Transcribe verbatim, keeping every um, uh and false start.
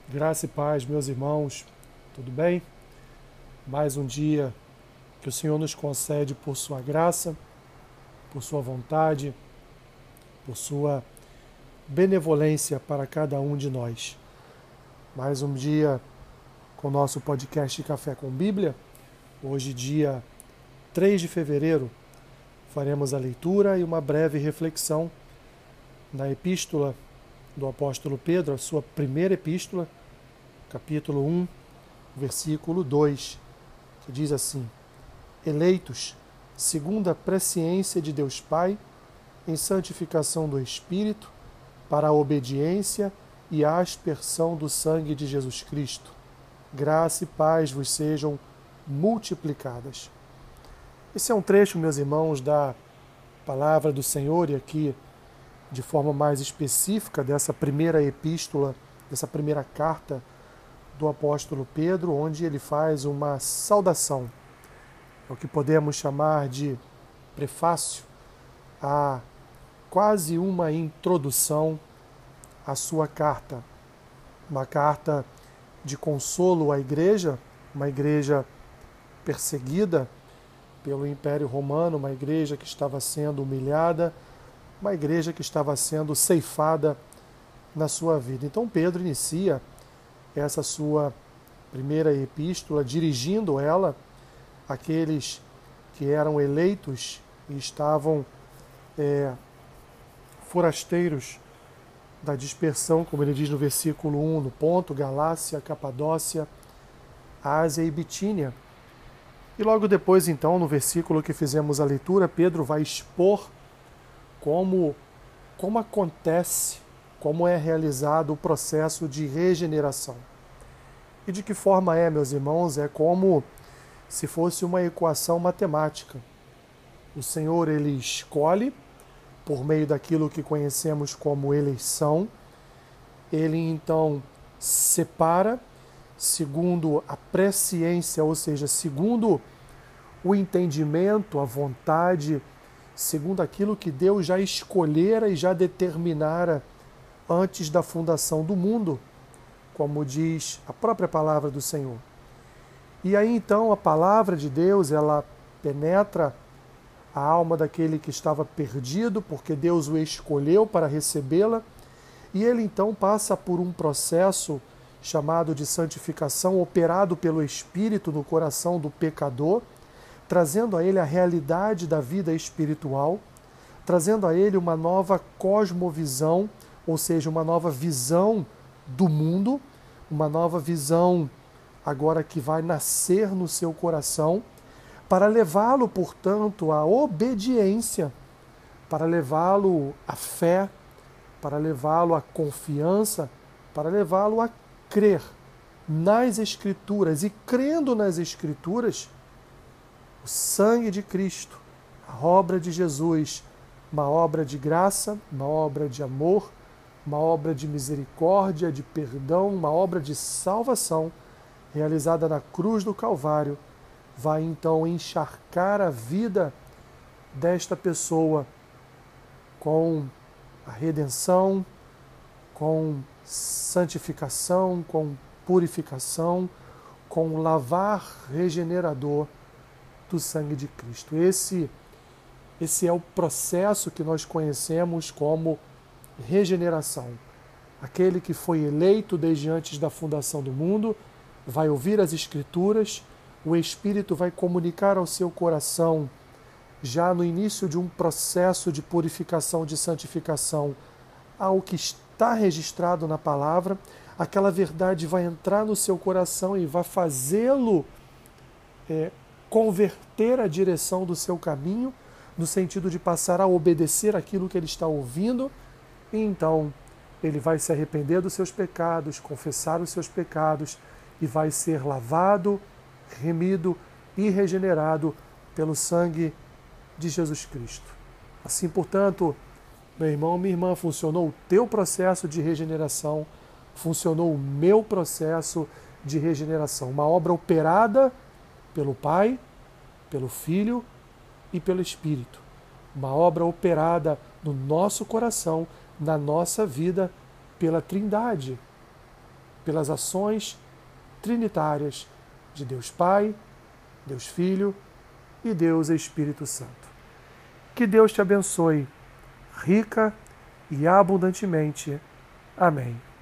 Graça e paz, meus irmãos, tudo bem? Mais um dia que o Senhor nos concede por sua graça, por sua vontade, por sua benevolência para cada um de nós. Mais um dia com o nosso podcast Café com Bíblia. Hoje, dia três de fevereiro, faremos a leitura e uma breve reflexão na epístola do apóstolo Pedro, a sua primeira epístola, capítulo um, versículo dois, que diz assim: eleitos, segundo a presciência de Deus Pai, em santificação do Espírito, para a obediência e a aspersão do sangue de Jesus Cristo. Graça e paz vos sejam multiplicadas. Esse é um trecho, meus irmãos, da palavra do Senhor, e aqui de forma mais específica dessa primeira epístola, dessa primeira carta do apóstolo Pedro, onde ele faz uma saudação, é o que podemos chamar de prefácio, a quase uma introdução à sua carta. Uma carta de consolo à igreja, uma igreja perseguida pelo Império Romano, uma igreja que estava sendo humilhada, uma igreja que estava sendo ceifada na sua vida. Então Pedro inicia essa sua primeira epístola dirigindo ela àqueles que eram eleitos e estavam é, forasteiros da dispersão, como ele diz no versículo um, no Ponto, Galácia, Capadócia, Ásia e Bitínia. E logo depois, então, no versículo que fizemos a leitura, Pedro vai expor como, como acontece, como é realizado o processo de regeneração. E de que forma é, meus irmãos? É como se fosse uma equação matemática. O Senhor, ele escolhe, por meio daquilo que conhecemos como eleição, ele então separa, segundo a presciência, ou seja, segundo o entendimento, a vontade, segundo aquilo que Deus já escolhera e já determinara antes da fundação do mundo, como diz a própria palavra do Senhor. E aí então a palavra de Deus, ela penetra a alma daquele que estava perdido, porque Deus o escolheu para recebê-la, e ele então passa por um processo chamado de santificação, operado pelo Espírito no coração do pecador, trazendo a ele a realidade da vida espiritual, trazendo a ele uma nova cosmovisão, ou seja, uma nova visão do mundo, uma nova visão agora que vai nascer no seu coração, para levá-lo, portanto, à obediência, para levá-lo à fé, para levá-lo à confiança, para levá-lo a crer nas Escrituras. E crendo nas Escrituras, o sangue de Cristo, a obra de Jesus, uma obra de graça, uma obra de amor, uma obra de misericórdia, de perdão, uma obra de salvação, realizada na cruz do Calvário, vai então encharcar a vida desta pessoa com a redenção, com santificação, com purificação, com lavar regenerador do sangue de Cristo. Esse, esse é o processo que nós conhecemos como regeneração. Aquele que foi eleito desde antes da fundação do mundo vai ouvir as Escrituras, o Espírito vai comunicar ao seu coração, já no início de um processo de purificação, de santificação, ao que está registrado na palavra, aquela verdade vai entrar no seu coração e vai fazê-lo é, converter a direção do seu caminho, no sentido de passar a obedecer aquilo que ele está ouvindo, e então ele vai se arrepender dos seus pecados, confessar os seus pecados, e vai ser lavado, remido e regenerado pelo sangue de Jesus Cristo. Assim, portanto, meu irmão, minha irmã, funcionou o teu processo de regeneração, funcionou o meu processo de regeneração. Uma obra operada pelo Pai, pelo Filho e pelo Espírito. Uma obra operada no nosso coração, na nossa vida, pela Trindade. pelas ações trinitárias de Deus Pai, Deus Filho e Deus Espírito Santo. Que Deus te abençoe rica e abundantemente. Amém.